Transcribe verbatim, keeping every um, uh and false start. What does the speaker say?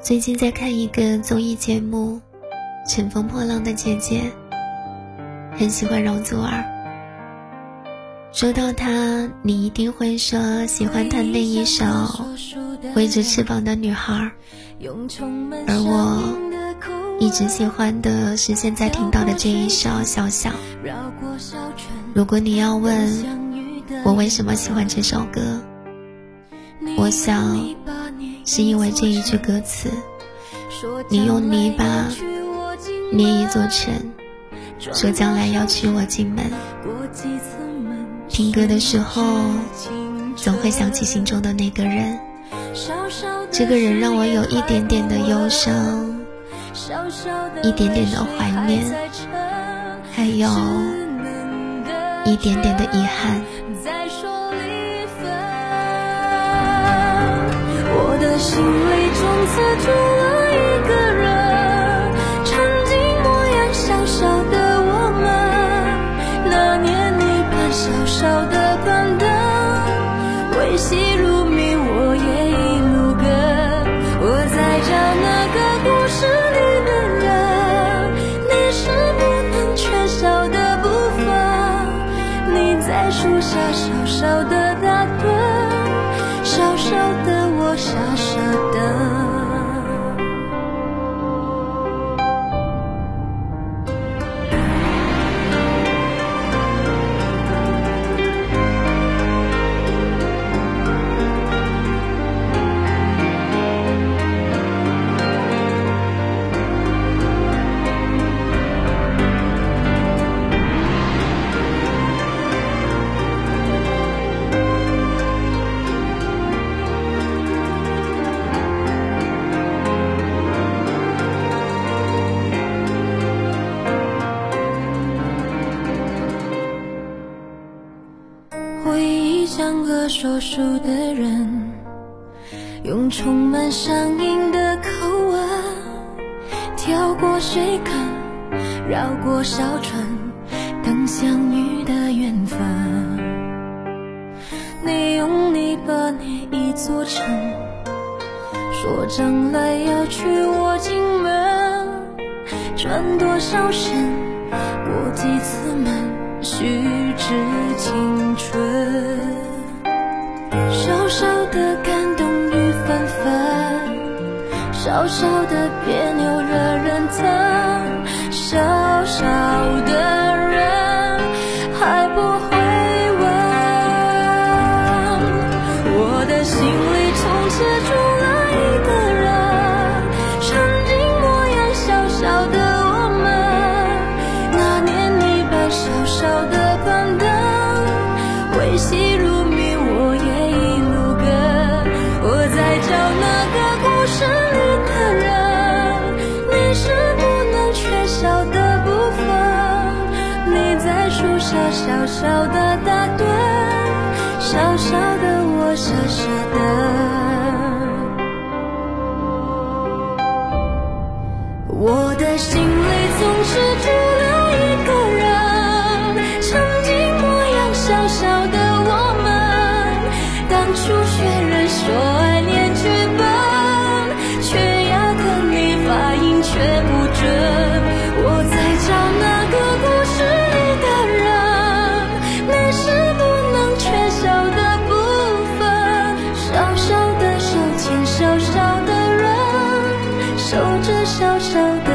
最近在看一个综艺节目《乘风破浪的姐姐》，很喜欢容祖儿。说到她，你一定会说喜欢她那一首《挥着翅膀的女孩》，而我一直喜欢的是现在听到的这一首《小小》。如果你要问我为什么喜欢这首歌，我想是因为这一句歌词，你用泥巴捏一座城，说将来要娶我进门。听歌的时候总会想起心中的那个人，这个人让我有一点点的忧伤，一点点的怀念，还有一点点的遗憾。 我的心里从此住了一个人，曾经模样小小的我们，那年你伴小小的板凳，微细如谜我也一路跟。我在找那个故事里的人，你是不能缺少的部分，你在树下小小的打盹，小小的我傻傻的。回忆像个说书的人，用充满乡音的口吻，跳过水坑，绕过小船，等相遇的缘分。你用泥巴捏一座城，说将来要娶我进门，转多少身，过几次门，虚掷青春。小小的感动雨纷纷，小小的别扭惹人疼，小小的人还不会问。我的心里从此住了一个人，曾经模样小小的我们，那年你伴小小的板凳，微细如谜我也一路跟。我在找那个故事里的人，你是不能缺少的部分，你在树下小小的打盹，小小的我傻傻的。我的心里总是住了一个人，曾经模样小小的我们，当初学人说爱念剧本，却压根你发音却不准。我在找那个故事里的人，你是不能缺少的部分，小小的手牵小小的人，守着小小的